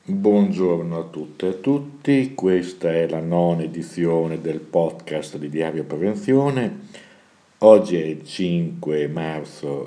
Buongiorno a tutte e a tutti, questa è la nona edizione del podcast di Diario Prevenzione. Oggi è il 5 marzo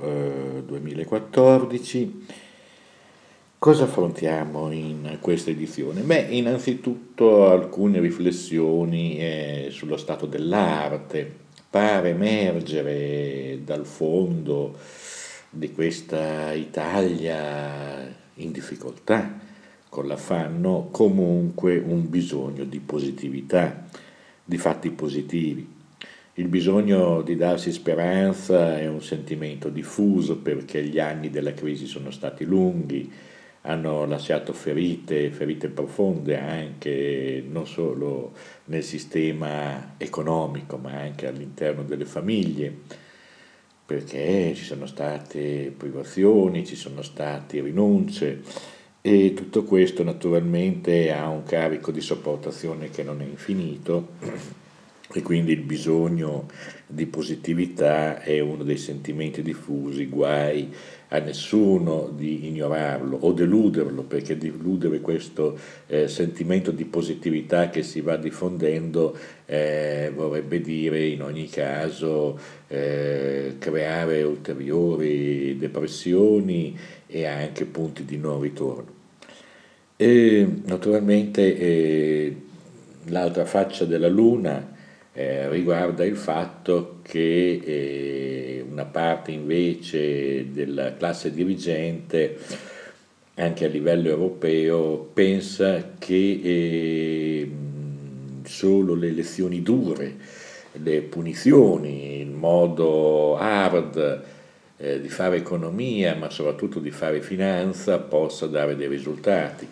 2014. Cosa affrontiamo in questa edizione? Beh, innanzitutto alcune riflessioni sullo stato dell'arte. Pare emergere dal fondo di questa Italia in difficoltà, con l'affanno, comunque un bisogno di positività, di fatti positivi. Il bisogno di darsi speranza è un sentimento diffuso perché gli anni della crisi sono stati lunghi, hanno lasciato ferite profonde anche non solo nel sistema economico, ma anche all'interno delle famiglie, perché ci sono state privazioni, ci sono state rinunce e tutto questo naturalmente ha un carico di sopportazione che non è infinito e quindi il bisogno di positività è uno dei sentimenti diffusi, guai a nessuno di ignorarlo o deluderlo, perché deludere questo sentimento di positività che si va diffondendo vorrebbe dire in ogni caso creare ulteriori depressioni e anche punti di non ritorno. E naturalmente l'altra faccia della Luna riguarda il fatto che una parte invece della classe dirigente, anche a livello europeo, pensa che solo le lezioni dure, le punizioni, il modo hard di fare economia, ma soprattutto di fare finanza, possa dare dei risultati.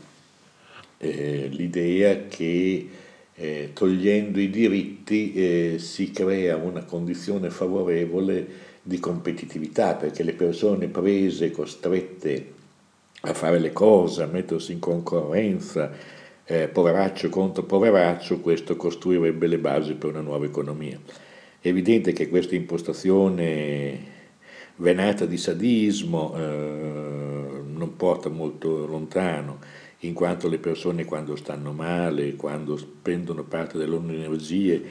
L'idea che togliendo i diritti si crea una condizione favorevole di competitività, perché le persone prese, costrette a fare le cose, a mettersi in concorrenza, poveraccio contro poveraccio, questo costruirebbe le basi per una nuova economia. È evidente che questa impostazione venata di sadismo non porta molto lontano, in quanto le persone quando stanno male, quando spendono parte delle loro energie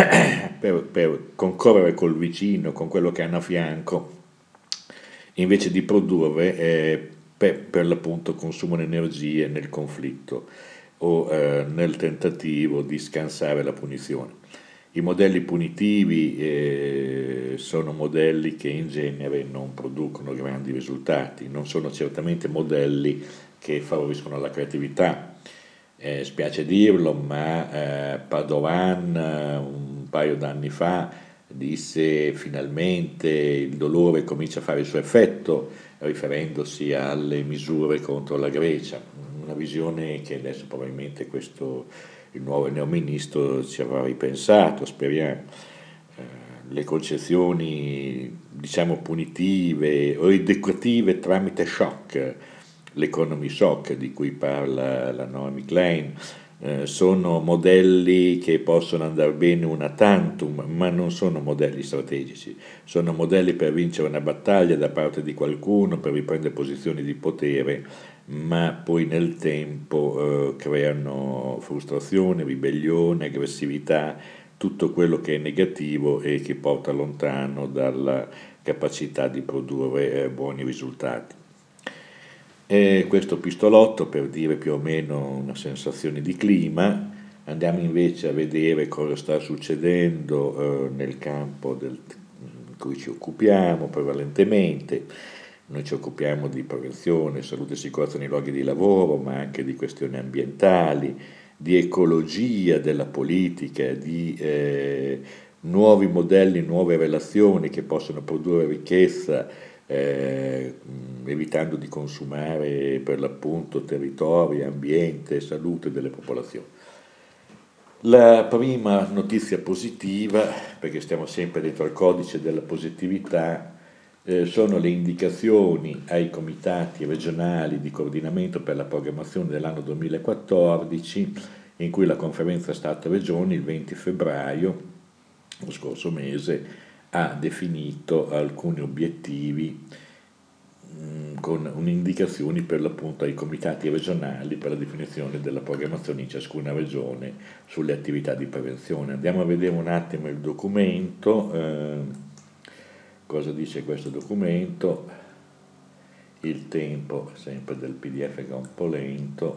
per concorrere col vicino, con quello che hanno a fianco, invece di produrre, per l'appunto consumano energie nel conflitto o nel tentativo di scansare la punizione. I modelli punitivi sono modelli che in genere non producono grandi risultati, non sono certamente modelli che favoriscono la creatività. Spiace dirlo, ma Padovan un paio d'anni fa disse finalmente il dolore comincia a fare il suo effetto, riferendosi alle misure contro la Grecia, una visione che adesso probabilmente il nuovo neoministro ci avrà ripensato, speriamo. Le concezioni, diciamo, punitive o educative tramite shock, l'economy shock di cui parla la Naomi Klein, sono modelli che possono andare bene una tantum, ma non sono modelli strategici, sono modelli per vincere una battaglia da parte di qualcuno, per riprendere posizioni di potere, ma poi nel tempo creano frustrazione, ribellione, aggressività, tutto quello che è negativo e che porta lontano dalla capacità di produrre buoni risultati. E questo pistolotto per dire più o meno una sensazione di clima. Andiamo invece a vedere cosa sta succedendo nel campo in cui ci occupiamo prevalentemente. Noi ci occupiamo di prevenzione, salute e sicurezza nei luoghi di lavoro, ma anche di questioni ambientali, di ecologia della politica, di nuovi modelli, nuove relazioni che possono produrre ricchezza, evitando di consumare per l'appunto territori, ambiente e salute delle popolazioni. La prima notizia positiva, perché stiamo sempre dentro al codice della positività, sono le indicazioni ai comitati regionali di coordinamento per la programmazione dell'anno 2014, in cui la conferenza Stato-Regioni il 20 febbraio, lo scorso mese, ha definito alcuni obiettivi con indicazioni per l'appunto ai comitati regionali per la definizione della programmazione in ciascuna regione sulle attività di prevenzione. Andiamo a vedere un attimo il documento, cosa dice questo documento, il tempo sempre del PDF che è un po' lento.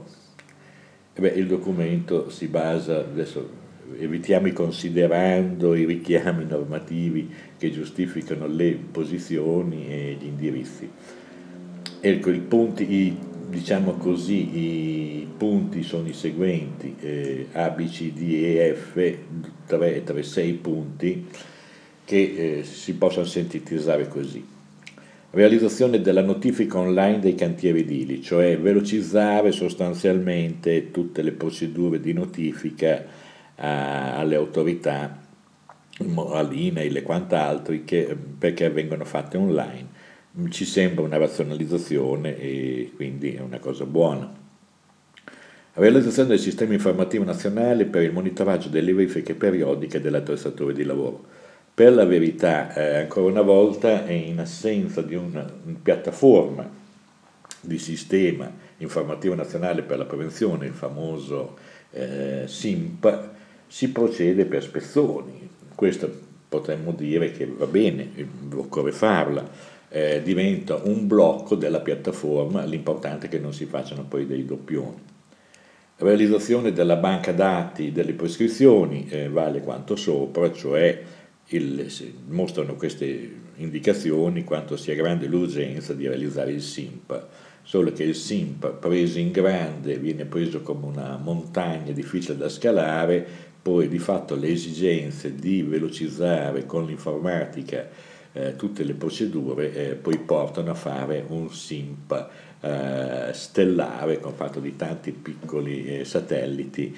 Il documento si basa, adesso evitiamo i considerando i richiami normativi che giustificano le posizioni e gli indirizzi. Ecco, diciamo così, i punti sono i seguenti, A, B, C, D e F, 6 punti che si possono sintetizzare così. Realizzazione della notifica online dei cantieri edili, cioè velocizzare sostanzialmente tutte le procedure di notifica alle autorità, all'INAIL e quant'altro, perché vengono fatte online. Ci sembra una razionalizzazione e quindi è una cosa buona. Realizzazione del sistema informativo nazionale per il monitoraggio delle verifiche periodiche dell'attrezzatura di lavoro. Per la verità, ancora una volta, in assenza di una piattaforma di sistema informativo nazionale per la prevenzione, il famoso SIMP, si procede per spezzoni. Questo potremmo dire che va bene, occorre farla. Diventa un blocco della piattaforma, l'importante è che non si facciano poi dei doppioni. Realizzazione della banca dati delle prescrizioni, vale quanto sopra, cioè mostrano queste indicazioni quanto sia grande l'urgenza di realizzare il SIMP, solo che il SIMP preso in grande viene preso come una montagna difficile da scalare, poi di fatto le esigenze di velocizzare con l'informatica tutte le procedure poi portano a fare un SIMP stellare fatto di tanti piccoli satelliti,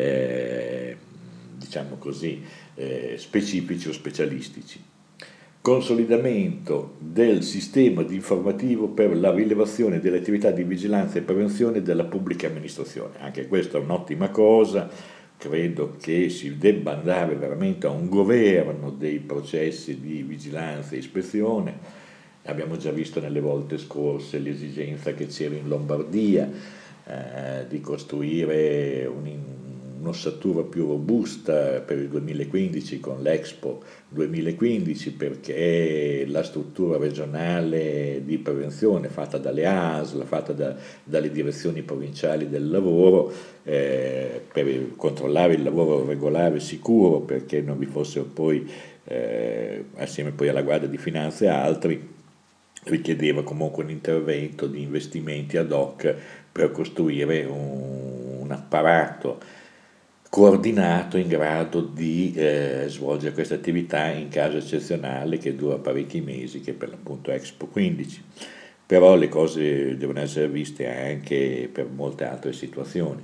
diciamo così, specifici o specialistici. Consolidamento del sistema di informativo per la rilevazione delle attività di vigilanza e prevenzione della pubblica amministrazione. Anche questa è un'ottima cosa, credo che si debba andare veramente a un governo dei processi di vigilanza e ispezione. Abbiamo già visto nelle volte scorse l'esigenza che c'era in Lombardia di costruire un'ossatura più robusta per il 2015 con l'Expo 2015, perché la struttura regionale di prevenzione fatta dalle ASL, fatta dalle direzioni provinciali del lavoro, per controllare il lavoro regolare e sicuro, perché non vi fossero poi, assieme poi alla Guardia di Finanza e altri, richiedeva comunque un intervento di investimenti ad hoc per costruire un apparato coordinato in grado di svolgere questa attività in caso eccezionale che dura parecchi mesi, che per l'appunto Expo 15. Però le cose devono essere viste anche per molte altre situazioni.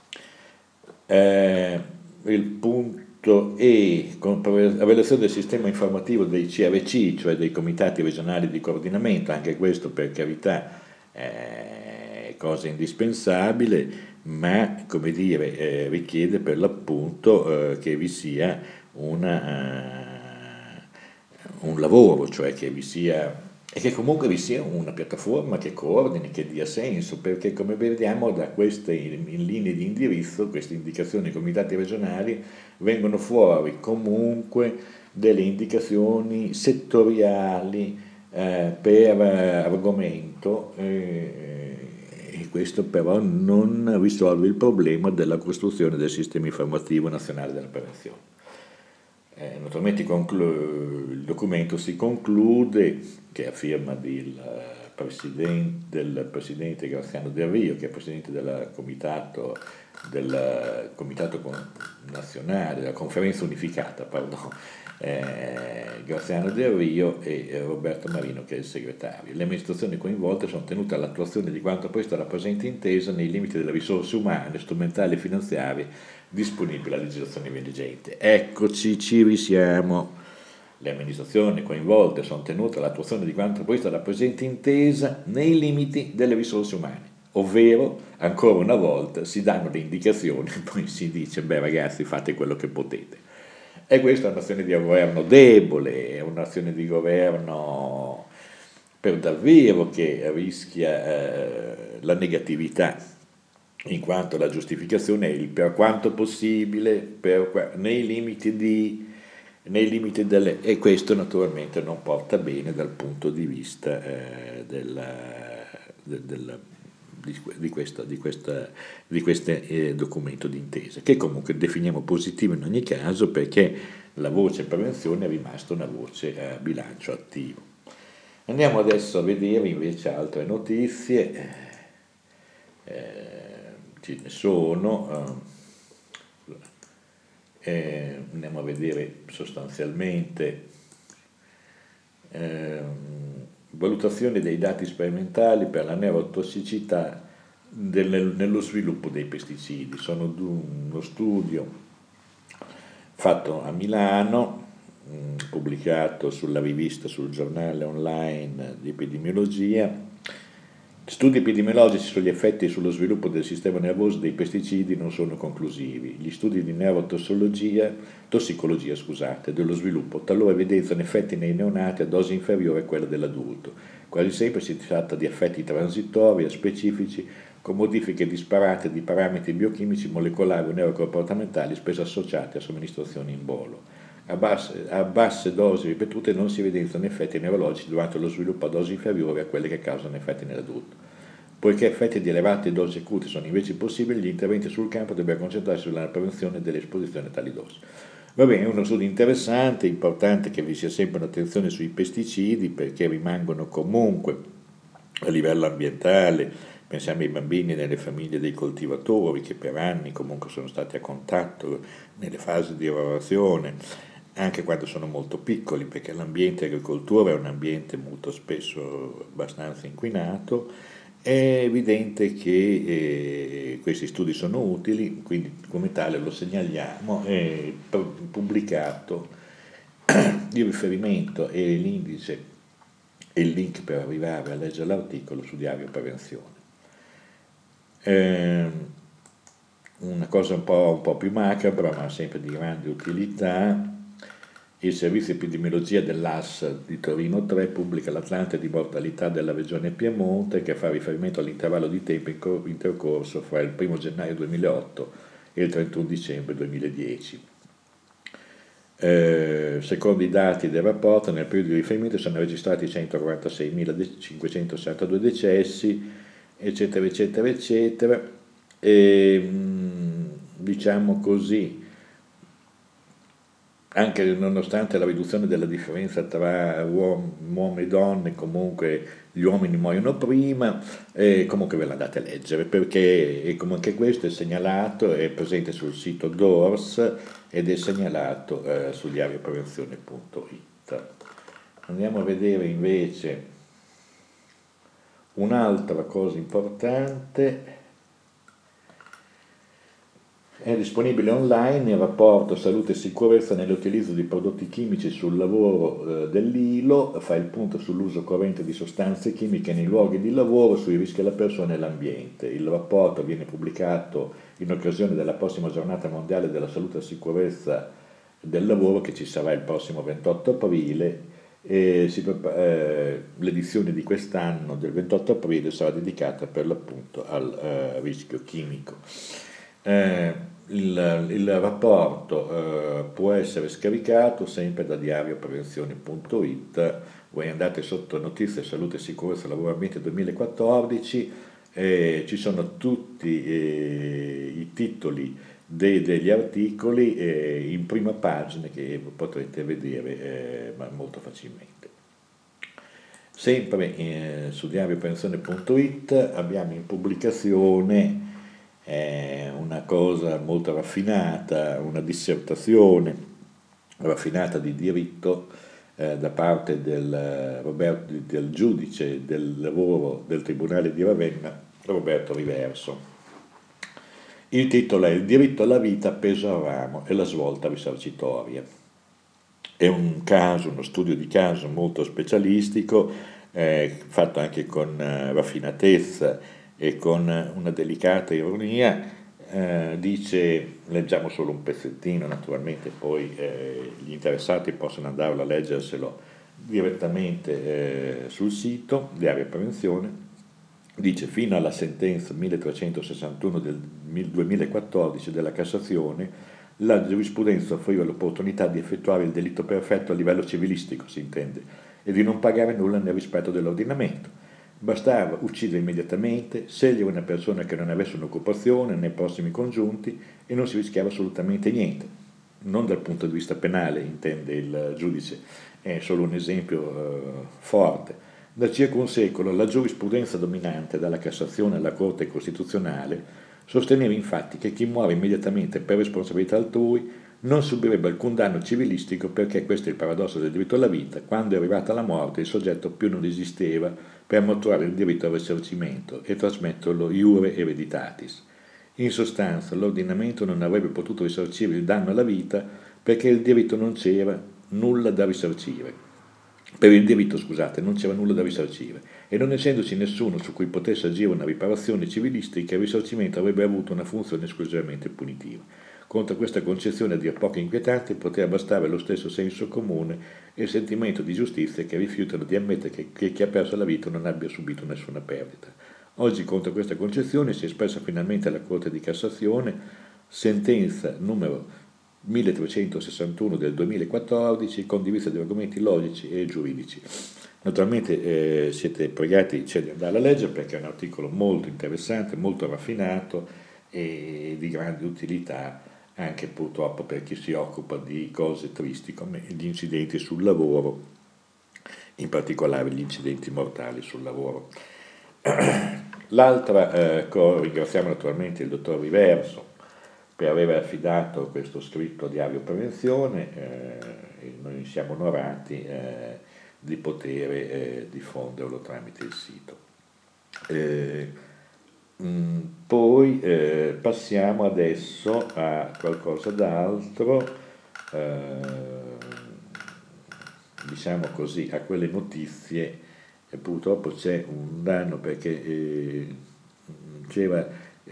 Il punto E, con la relazione del sistema informativo dei CRC, cioè dei comitati regionali di coordinamento, anche questo per carità è cosa indispensabile, ma come dire, richiede per l'appunto che vi sia un lavoro, cioè che vi sia e che comunque vi sia una piattaforma che coordini, che dia senso, perché come vediamo da queste in linee di indirizzo, queste indicazioni ai comitati regionali, vengono fuori comunque delle indicazioni settoriali per argomento, e questo però non risolve il problema della costruzione del sistema informativo nazionale della prevenzione. Naturalmente il documento si conclude, che è a firma del presidente Graziano Del Rio, che è presidente del comitato nazionale, della conferenza unificata, Graziano Del Rio, e Roberto Marino, che è il segretario. Le amministrazioni coinvolte sono tenute all'attuazione di quanto previsto dalla presente intesa nei limiti delle risorse umane, strumentali e finanziarie disponibili a legislazione vigente. Eccoci, ci risiamo. Le amministrazioni coinvolte sono tenute all'attuazione di quanto previsto dalla presente intesa nei limiti delle risorse umane, ovvero, ancora una volta, si danno le indicazioni e poi si dice, beh ragazzi, fate quello che potete. E questa è un'azione di governo debole, è un'azione di governo per davvero che rischia la negatività, in quanto la giustificazione è il per quanto possibile, nei limiti delle, e questo naturalmente non porta bene dal punto di vista di questo documento d'intesa, che comunque definiamo positivo in ogni caso perché la voce prevenzione è rimasta una voce a bilancio attivo. Andiamo adesso a vedere invece altre notizie, ce ne sono, andiamo a vedere sostanzialmente valutazione dei dati sperimentali per la neurotossicità nello sviluppo dei pesticidi. Sono uno studio fatto a Milano, pubblicato sulla rivista, sul giornale online di epidemiologia. Studi epidemiologici sugli effetti sullo sviluppo del sistema nervoso dei pesticidi non sono conclusivi. Gli studi di tossicologia, dello sviluppo talora evidenziano effetti nei neonati a dose inferiore a quella dell'adulto. Quasi sempre si tratta di effetti transitori, specifici, con modifiche disparate di parametri biochimici, molecolari o neurocomportamentali, spesso associati a somministrazioni in bolo. A basse dosi ripetute non si evidenziano effetti neurologici durante lo sviluppo a dosi inferiori a quelle che causano effetti nell'adulto. Poiché effetti di elevate dosi acute sono invece possibili, gli interventi sul campo dovrebbero concentrarsi sulla prevenzione dell'esposizione a tali dosi. Va bene, è uno studio interessante, importante che vi sia sempre un'attenzione sui pesticidi perché rimangono comunque a livello ambientale, pensiamo ai bambini nelle famiglie dei coltivatori che per anni comunque sono stati a contatto nelle fasi di lavorazione, anche quando sono molto piccoli, perché l'ambiente agricoltura è un ambiente molto spesso abbastanza inquinato. È evidente che questi studi sono utili, quindi come tale lo segnaliamo, è pubblicato il riferimento e l'indice e il link per arrivare a leggere l'articolo su Diario Prevenzione. Una cosa un po' più macabra, ma sempre di grande utilità: il servizio epidemiologia dell'AS di Torino 3 pubblica l'Atlante di mortalità della regione Piemonte, che fa riferimento all'intervallo di tempo intercorso fra il 1 gennaio 2008 e il 31 dicembre 2010. Secondo i dati del rapporto, nel periodo di riferimento sono registrati 146.562 decessi, eccetera, eccetera, eccetera. Diciamo così, anche nonostante la riduzione della differenza tra uomo e donne, comunque gli uomini muoiono prima, comunque ve la andate a leggere perché comunque questo è segnalato, è presente sul sito DORS ed è segnalato su diarioprevenzione.it. Andiamo a vedere invece un'altra cosa importante. È disponibile online il rapporto Salute e Sicurezza nell'utilizzo di prodotti chimici sul lavoro dell'ILO, fa il punto sull'uso corrente di sostanze chimiche nei luoghi di lavoro, sui rischi alla persona e all'ambiente. Il rapporto viene pubblicato in occasione della prossima giornata mondiale della salute e sicurezza del lavoro, che ci sarà il prossimo 28 aprile. L'edizione di quest'anno del 28 aprile sarà dedicata per l'appunto al rischio chimico. Il rapporto può essere scaricato sempre da diarioprevenzione.it. Voi andate sotto notizie salute e sicurezza lavoro ambiente 2014, ci sono tutti i titoli degli articoli in prima pagina che potrete vedere molto facilmente. Sempre su diarioprevenzione.it abbiamo in pubblicazione una cosa molto raffinata, una dissertazione raffinata di diritto da parte del giudice del lavoro del Tribunale di Ravenna, Roberto Riverso. Il titolo è Il diritto alla vita peso a ramo e la svolta risarcitoria. È uno studio di caso molto specialistico, fatto anche con raffinatezza e con una delicata ironia. Leggiamo solo un pezzettino, naturalmente poi gli interessati possono andarlo a leggerselo direttamente sul sito di Area Prevenzione, dice: fino alla sentenza 1361 del 2014 della Cassazione, la giurisprudenza offriva l'opportunità di effettuare il delitto perfetto a livello civilistico, si intende, e di non pagare nulla nel rispetto dell'ordinamento. Bastava uccidere immediatamente, scegliere una persona che non avesse un'occupazione nei prossimi congiunti e non si rischiava assolutamente niente. Non dal punto di vista penale, intende il giudice, è solo un esempio forte. Da circa un secolo la giurisprudenza dominante, dalla Cassazione alla Corte Costituzionale, sosteneva infatti che chi muore immediatamente per responsabilità altrui non subirebbe alcun danno civilistico, perché questo è il paradosso del diritto alla vita: quando è arrivata la morte il soggetto più non esisteva per maturare il diritto al risarcimento e trasmetterlo iure hereditatis. In sostanza, l'ordinamento non avrebbe potuto risarcire il danno alla vita perché il diritto non c'era nulla da risarcire. Per il diritto, scusate, non c'era nulla da risarcire, e non essendoci nessuno su cui potesse agire una riparazione civilistica, il risarcimento avrebbe avuto una funzione esclusivamente punitiva. Contro questa concezione a dir poco inquietante poteva bastare lo stesso senso comune e il sentimento di giustizia che rifiutano di ammettere che chi ha perso la vita non abbia subito nessuna perdita. Oggi contro questa concezione si è espressa finalmente la Corte di Cassazione, sentenza numero 1361 del 2014, condivisa di argomenti logici e giuridici. Naturalmente siete pregati di andare a leggere, perché è un articolo molto interessante, molto raffinato e di grande utilità anche purtroppo per chi si occupa di cose tristi come gli incidenti sul lavoro, in particolare gli incidenti mortali sul lavoro. L'altra ringraziamo naturalmente il dottor Riverso per aver affidato questo scritto a Diario Prevenzione, e noi siamo onorati di poter diffonderlo tramite il sito. Poi passiamo adesso a qualcosa d'altro, diciamo così, a quelle notizie. Purtroppo c'è un danno, perché c'era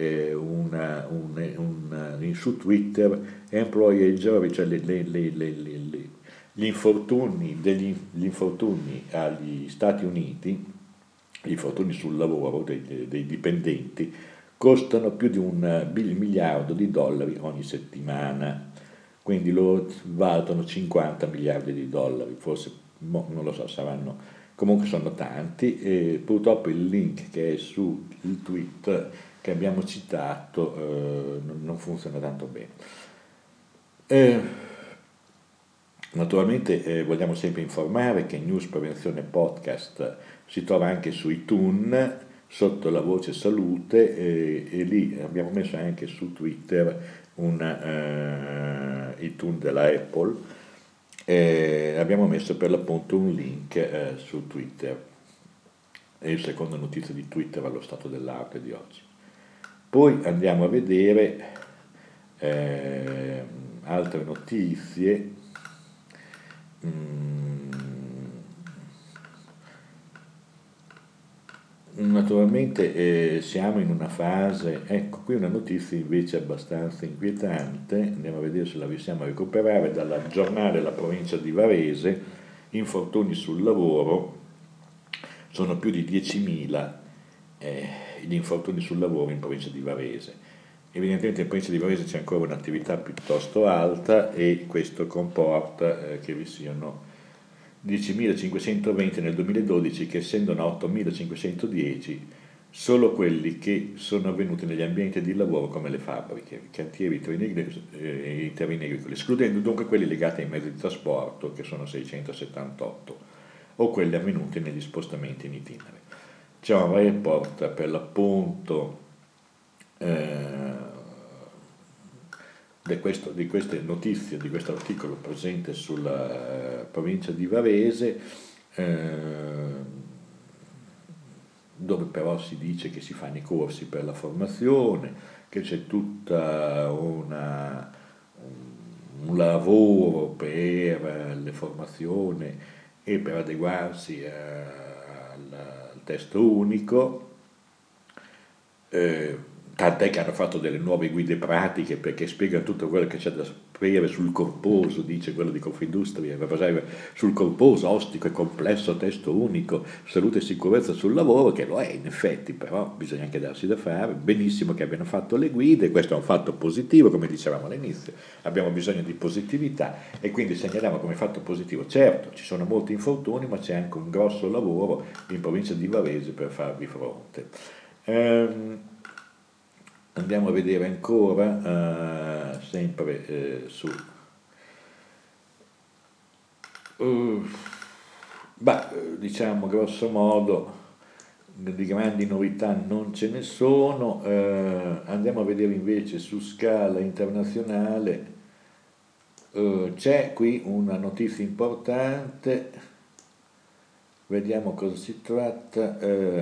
su Twitter employee injury, cioè gli infortuni agli Stati Uniti, gli infortuni sul lavoro dei dipendenti, costano più di $1 miliardo ogni settimana, quindi lo valutano 50 miliardi di dollari, forse non lo so, saranno, comunque sono tanti, e purtroppo il link che è sul tweet che abbiamo citato non funziona tanto bene. Naturalmente vogliamo sempre informare che News Prevenzione Podcast si trova anche su iTunes sotto la voce salute, e lì abbiamo messo anche su Twitter iTunes della Apple, abbiamo messo per l'appunto un link su Twitter, è il secondo notizia di Twitter allo stato dell'arte di oggi. Poi andiamo a vedere altre notizie. Naturalmente siamo in una fase, ecco qui una notizia invece abbastanza inquietante, andiamo a vedere se la riusciamo a recuperare dal giornale della provincia di Varese: infortuni sul lavoro, sono più di 10.000 gli infortuni sul lavoro in provincia di Varese. Evidentemente in provincia di Varese c'è ancora un'attività piuttosto alta, e questo comporta che vi siano 10.520 nel 2012, che essendono 8.510 solo quelli che sono avvenuti negli ambienti di lavoro come le fabbriche, cantieri e i terreni agricoli, escludendo dunque quelli legati ai mezzi di trasporto, che sono 678, o quelli avvenuti negli spostamenti in itinere. C'è un report per l'appunto di queste notizie, di questo articolo presente sulla provincia di Varese, dove però si dice che si fanno i corsi per la formazione, che c'è tutta un lavoro per la formazione e per adeguarsi al testo unico, tant'è che hanno fatto delle nuove guide pratiche perché spiegano tutto quello che c'è da basare sul corposo, dice quello di Confindustria, basare sul corposo, ostico e complesso testo unico, salute e sicurezza sul lavoro, che lo è in effetti, però bisogna anche darsi da fare. Benissimo che abbiano fatto le guide, questo è un fatto positivo, come dicevamo all'inizio, abbiamo bisogno di positività e quindi segnaliamo come fatto positivo. Certo, ci sono molti infortuni, ma c'è anche un grosso lavoro in provincia di Varese per farvi fronte. Andiamo a vedere ancora, sempre su... diciamo grosso modo di grandi novità non ce ne sono. Andiamo a vedere invece su scala internazionale. C'è qui una notizia importante, vediamo cosa si tratta.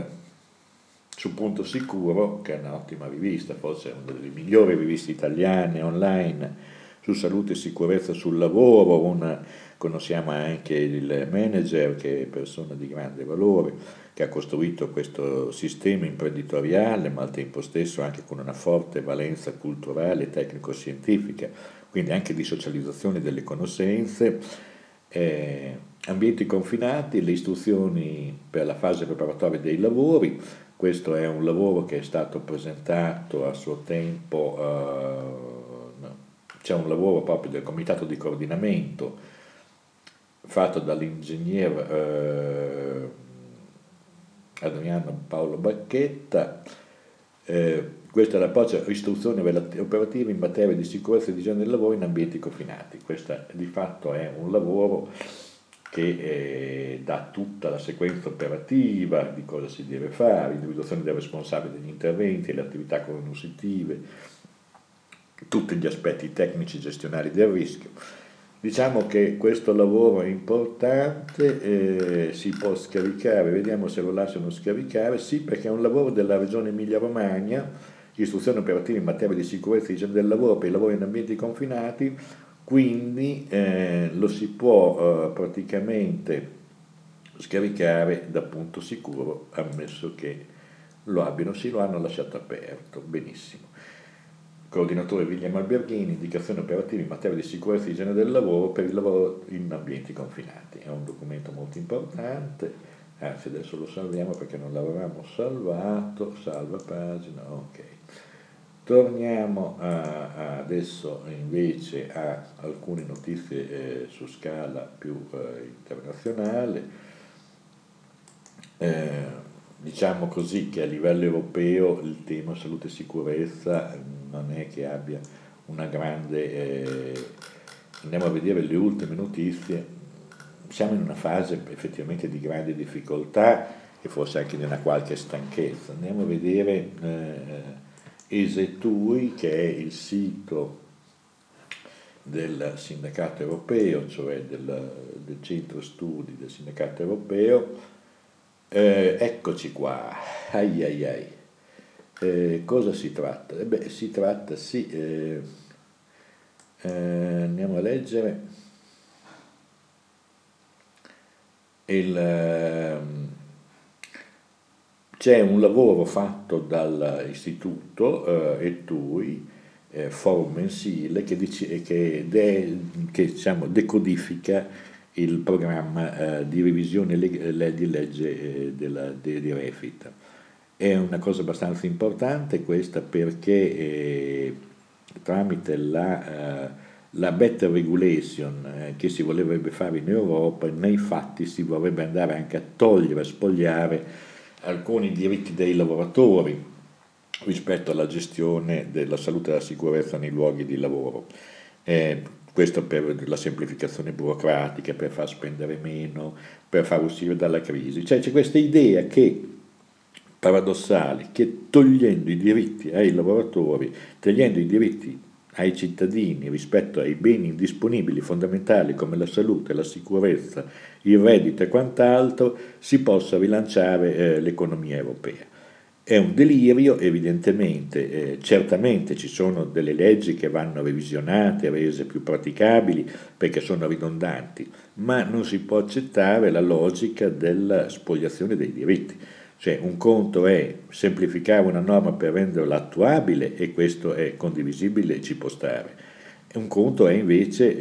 Su Punto Sicuro, che è un'ottima rivista, forse è una delle migliori riviste italiane online su salute e sicurezza sul lavoro. Conosciamo anche il manager, che è persona di grande valore, che ha costruito questo sistema imprenditoriale, ma al tempo stesso anche con una forte valenza culturale e tecnico-scientifica, quindi anche di socializzazione delle conoscenze. Ambienti confinati, le istruzioni per la fase preparatoria dei lavori. Questo è un lavoro che è stato presentato a suo tempo, no, c'è un lavoro proprio del comitato di coordinamento fatto dall'ingegner Adriano Paolo Bacchetta. Questa è l'approccio istruzione operativa in materia di sicurezza e di igiene del lavoro in ambienti confinati. Questo di fatto è un lavoro che dà tutta la sequenza operativa di cosa si deve fare, l'individuazione del responsabile degli interventi, le attività conoscitive, tutti gli aspetti tecnici gestionali del rischio. Diciamo che questo lavoro è importante, si può scaricare, vediamo se lo lasciano scaricare. Sì, perché è un lavoro della regione Emilia-Romagna, istruzione operativa in materia di sicurezza e igiene del lavoro per i lavori in ambienti confinati, quindi lo si può praticamente scaricare da Punto Sicuro, ammesso che lo abbiano, sì, lo hanno lasciato aperto, benissimo. Coordinatore William Alberghini, indicazioni operative in materia di sicurezza e igiene del lavoro per il lavoro in ambienti confinati. È un documento molto importante, anzi adesso lo salviamo perché non l'avevamo salvato, salva pagina, ok. Torniamo adesso invece a alcune notizie su scala più internazionale. Diciamo così che a livello europeo il tema salute e sicurezza non è che abbia una grande... andiamo a vedere le ultime notizie. Siamo in una fase effettivamente di grande difficoltà e forse anche di una qualche stanchezza. Andiamo a vedere Esetui, che è il sito del sindacato europeo, cioè del centro studi del sindacato europeo. Eccoci qua, ai ai ai. Cosa si tratta? Si tratta, sì, andiamo a leggere c'è un lavoro fatto dall'istituto ETUI, forum mensile, che diciamo, decodifica il programma di revisione di legge di Refit. È una cosa abbastanza importante questa, perché tramite la better regulation che si vorrebbe fare in Europa, nei fatti si vorrebbe andare anche a togliere, a spogliare alcuni diritti dei lavoratori rispetto alla gestione della salute e della sicurezza nei luoghi di lavoro. Questo per la semplificazione burocratica, per far spendere meno, per far uscire dalla crisi. Cioè c'è questa idea paradossale che togliendo i diritti ai lavoratori, togliendo i diritti ai cittadini rispetto ai beni indisponibili fondamentali come la salute, la sicurezza, il reddito e quant'altro, si possa rilanciare l'economia europea. È un delirio, evidentemente, certamente ci sono delle leggi che vanno revisionate, rese più praticabili perché sono ridondanti, ma non si può accettare la logica della spoliazione dei diritti. Cioè, un conto è semplificare una norma per renderla attuabile, e questo è condivisibile e ci può stare, Un conto è invece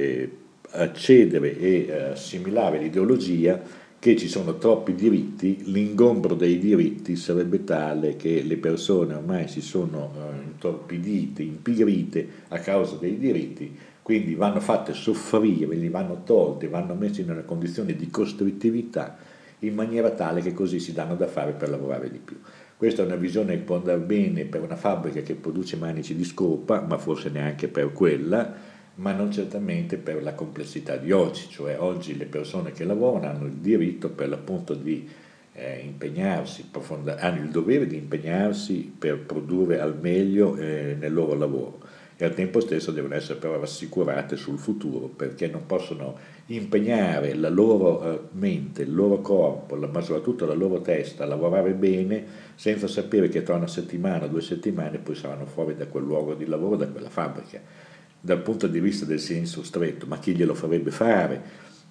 accedere e assimilare l'ideologia che ci sono troppi diritti, l'ingombro dei diritti sarebbe tale che le persone ormai si sono intorpidite, impigrite a causa dei diritti, quindi vanno fatte soffrire, gli vanno tolte, vanno messe in una condizione di costrittività in maniera tale che così si danno da fare per lavorare di più. Questa è una visione che può andare bene per una fabbrica che produce manici di scopa, ma forse neanche per quella, ma non certamente per la complessità di oggi, cioè oggi le persone che lavorano hanno il diritto per l'appunto di impegnarsi, hanno il dovere di impegnarsi per produrre al meglio nel loro lavoro e al tempo stesso devono essere però rassicurate sul futuro perché non possono impegnare la loro mente, il loro corpo, ma soprattutto la loro testa a lavorare bene senza sapere che tra una settimana o 2 settimane poi saranno fuori da quel luogo di lavoro, da quella fabbrica. Dal punto di vista del senso stretto, ma chi glielo farebbe fare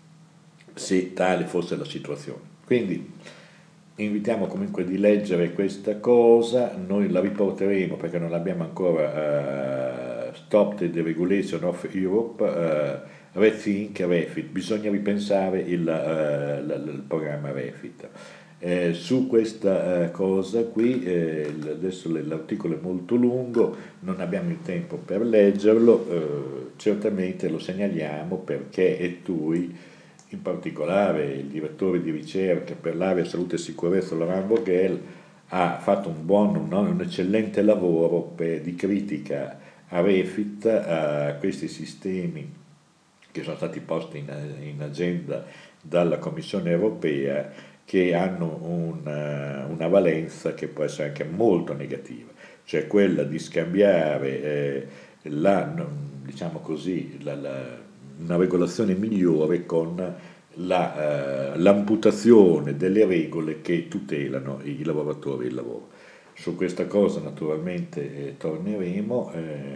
se tale fosse la situazione? Quindi invitiamo comunque di leggere questa cosa, noi la riporteremo perché non l'abbiamo ancora Stop the Deregulation of Europe, Rethink Refit, bisogna ripensare il programma Refit. Su questa cosa qui, adesso l'articolo è molto lungo, non abbiamo il tempo per leggerlo, certamente lo segnaliamo perché ETUI, in particolare il direttore di ricerca per l'area salute e sicurezza Laurent Vogel, ha fatto un eccellente lavoro di critica a Refit, a questi sistemi che sono stati posti in agenda dalla Commissione europea che hanno una valenza che può essere anche molto negativa, cioè quella di scambiare diciamo così, una regolazione migliore con l'amputazione delle regole che tutelano i lavoratori e il lavoro. Su questa cosa naturalmente torneremo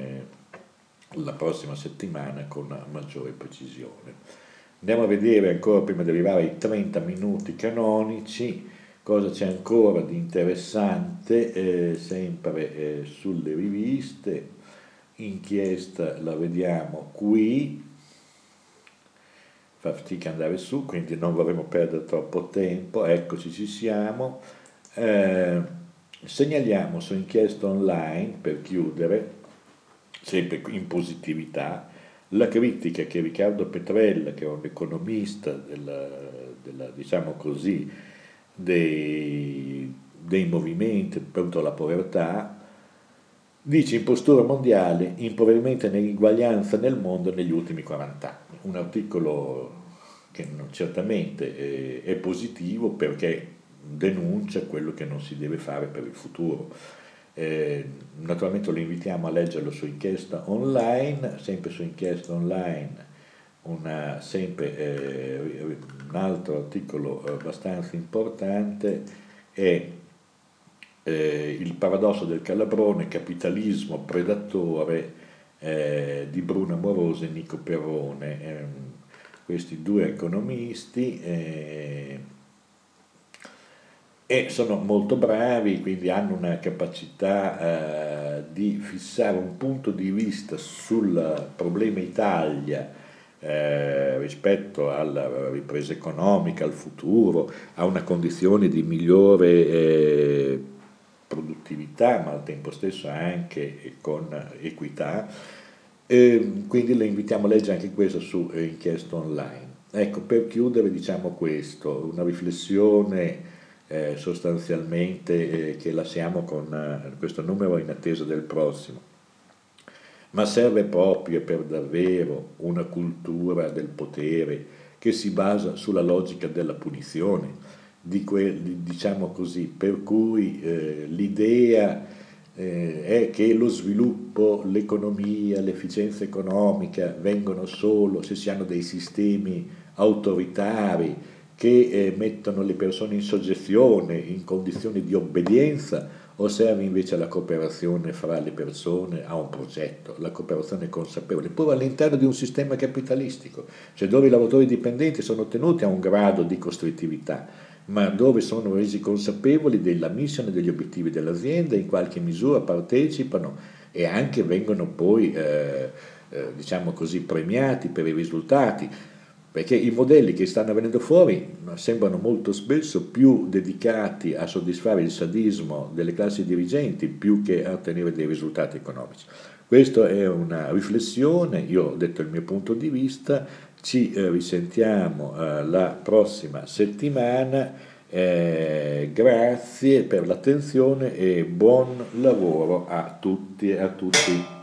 la prossima settimana con maggiore precisione. Andiamo a vedere ancora prima di arrivare ai 30 minuti canonici cosa c'è ancora di interessante, sempre sulle riviste. Inchiesta la vediamo qui, fa fatica ad andare su, quindi non vorremmo perdere troppo tempo. Eccoci, ci siamo. Segnaliamo su Inchiesta Online, per chiudere, sempre in positività, la critica che Riccardo Petrella, che è un economista diciamo così, dei movimenti contro la povertà, dice impostura mondiale, impoverimento e ineguaglianza nel mondo negli ultimi 40 anni. Un articolo che certamente è positivo perché denuncia quello che non si deve fare per il futuro. Naturalmente lo invitiamo a leggerlo su Inchiesta Online, sempre su Inchiesta Online un altro articolo abbastanza importante è il paradosso del calabrone, capitalismo predatore di Bruno Amoroso e Nico Perrone. Questi due economisti e sono molto bravi, quindi hanno una capacità di fissare un punto di vista sul problema Italia rispetto alla ripresa economica, al futuro, a una condizione di migliore produttività, ma al tempo stesso anche con equità. Quindi le invitiamo a leggere anche questo su Inchiesta Online. Ecco, per chiudere diciamo questo, una riflessione sostanzialmente che lasciamo con questo numero in attesa del prossimo. Ma serve proprio per davvero una cultura del potere che si basa sulla logica della punizione, diciamo così, per cui l'idea è che lo sviluppo, l'economia, l'efficienza economica vengono solo se si hanno dei sistemi autoritari che mettono le persone in soggezione, in condizioni di obbedienza, o serve invece la cooperazione fra le persone a un progetto, la cooperazione consapevole, pure all'interno di un sistema capitalistico, cioè dove i lavoratori dipendenti sono tenuti a un grado di costrittività, ma dove sono resi consapevoli della mission e degli obiettivi dell'azienda, in qualche misura partecipano e anche vengono poi diciamo così, premiati per i risultati, perché i modelli che stanno venendo fuori sembrano molto spesso più dedicati a soddisfare il sadismo delle classi dirigenti più che a ottenere dei risultati economici. Questa è una riflessione, io ho detto il mio punto di vista, ci risentiamo la prossima settimana, grazie per l'attenzione e buon lavoro a tutti e a tutti.